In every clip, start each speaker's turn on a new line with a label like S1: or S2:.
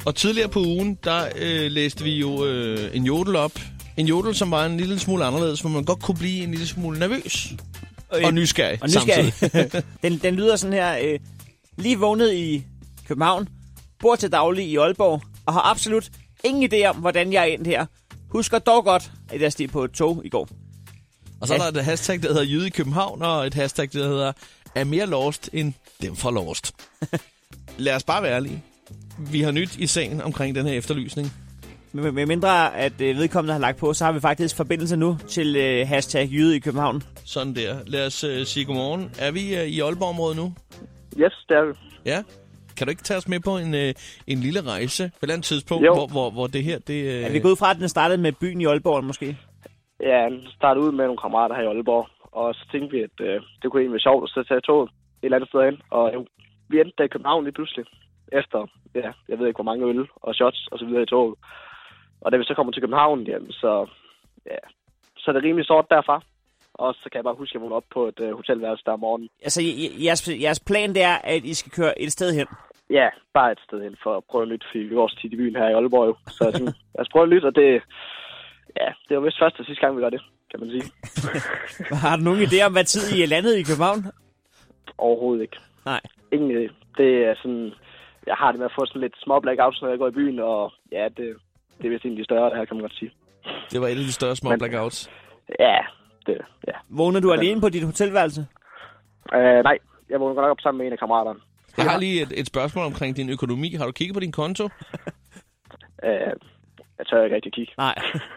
S1: Og tidligere på ugen, der læste vi jo en jodel op. En jodel, som var en lille smule anderledes, hvor man godt kunne blive en lille smule nervøs. Og nysgerrig.
S2: Den lyder sådan her. Lige vågnet i København, bor til daglig i Aalborg, og har absolut ingen idé om, hvordan jeg er endt her. Husker dog godt, at jeg steg på et tog i går.
S1: Og så er der et hashtag, der hedder Jyde i København, og et hashtag, der hedder er mere lost end dem for lost. Lad os bare være ærlige. Vi har nyt i sagen omkring den her efterlysning.
S2: Med mindre at vedkommende har lagt på, så har vi faktisk forbindelse nu til hashtag Jyde i København.
S1: Sådan der. Lad os sige godmorgen. Er vi i Aalborg-området nu?
S3: Yes, det er vi.
S1: Ja. Kan du ikke tage os med på en lille rejse på et eller andet tidspunkt, hvor det her...
S2: Er vi gået ud fra, at den startede med byen i Aalborg måske?
S3: Ja, den startede ud med nogle kammerater her i Aalborg, og så tænkte vi, at det kunne egentlig være sjovt at så tage toget et eller andet sted hen. Og vi endte der i København lige pludselig, efter, jeg ved ikke hvor mange øl og shots og så videre i toget. Og da vi så kommer til København, jamen, så er det rimelig sort derfra. Og så kan jeg bare huske, at jeg vågnede op på et hotelværelse der om morgenen.
S2: Altså, jeres plan det er, at I skal køre et sted hen?
S3: Ja, bare et sted hen for at prøve nyt, fordi vi går også tit i byen her i Aalborg. Så jeg tænkte, lad os prøve nyt, og det var vist første og sidste gang, vi gør det, kan man sige.
S2: Har du nogen idé om, hvad tid I er landet i København?
S3: Overhovedet ikke.
S2: Nej.
S3: Ingen idé. Det er sådan, jeg har det med at få sådan lidt små blackouts, når jeg går i byen, og ja, det er vist egentlig større, det her, kan man godt sige.
S1: Det var et af de større små blackouts?
S3: Ja.
S2: Vågner du alene på dit hotelværelse?
S3: Nej, jeg vågner godt nok op sammen med en af kammeraterne.
S1: Jeg har lige et spørgsmål omkring din økonomi. Har du kigget på din konto?
S3: Jeg tør ikke rigtig kigge.
S2: Nej.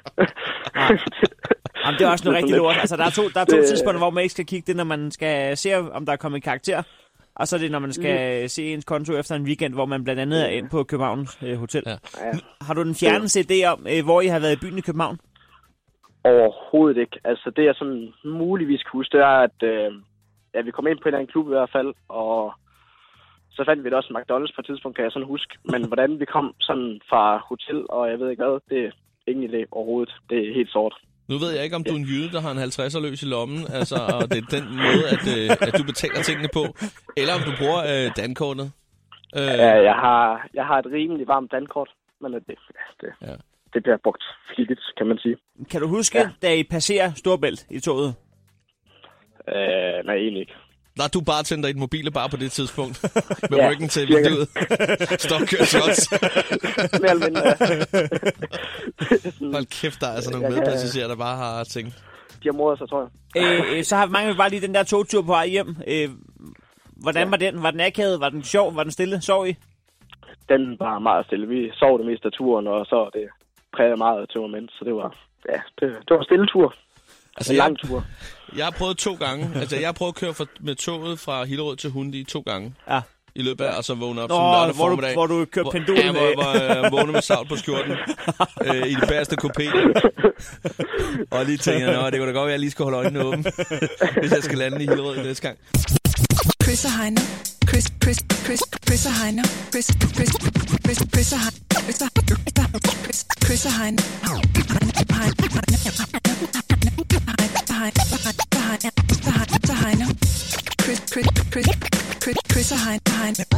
S2: Jamen, det er også noget rigtig lort. Altså, der er to tidspunkter, hvor man ikke skal kigge. Det når man skal se, om der er kommet karakter. Og så er det, når man skal se ens konto efter en weekend, hvor man blandt andet er inde på Københavns Hotel. Ja. Har du den fjerneste idé om, hvor I har været i byen i København?
S3: Overhovedet ikke. Altså, det jeg sådan muligvis kan huske, det er, at vi kom ind på en eller anden klub i hvert fald, og så fandt vi da også en McDonald's på et tidspunkt, kan jeg sådan huske. Men hvordan vi kom sådan fra hotel, og jeg ved ikke hvad, det er ingen idé overhovedet. Det er helt sort.
S1: Nu ved jeg ikke, om du er en jyde, der har en 50'er løs i lommen, altså, og det er den måde, at du betaler tingene på, eller om du bruger dankortet.
S3: Ja, jeg har et rimelig varmt dankort, men det bliver brugt flittigt, kan man sige.
S2: Kan du huske, da I passerer Storebælt i toget?
S3: Nej, egentlig ikke.
S1: Nej, du bartender i et mobile bar på det tidspunkt. Med ryggen til vinduet. Stopkør shots.
S3: Mere eller mindre.
S1: Hold kæft, der er altså nogle medpassagerer, der bare har tænkt.
S3: De har mordet sig, tror
S2: jeg. Så har mange bare lige den der togtur på vej hjem. Hvordan var den? Var den akavet? Var den sjov? Var den stille? Sov I?
S3: Den var meget stille. Vi sov det meste af turen, og så det prægede meget af turen, så det var en stille tur.
S1: Altså,
S3: en lang tur.
S1: Jeg har prøvet 2 gange. Altså, jeg har prøvet at køre med toget fra Hillerød til Hundi 2 gange.
S2: Ja.
S1: I løbet af, og så vågne op sådan lørdag formiddag.
S2: Hvor du kørte pendulen.
S1: Ja, hvor jeg vågnede med savl på skjorten. I det bagerste kupé. Og lige tænkte jeg, det kunne da godt være, at jeg lige skal holde øjnene åbne. Hvis jeg skal lande i Hillerød næste gang.
S4: Chris og Heino. Chris og Heino. Chris og Heino. Chris og Heino. Chris og Heino.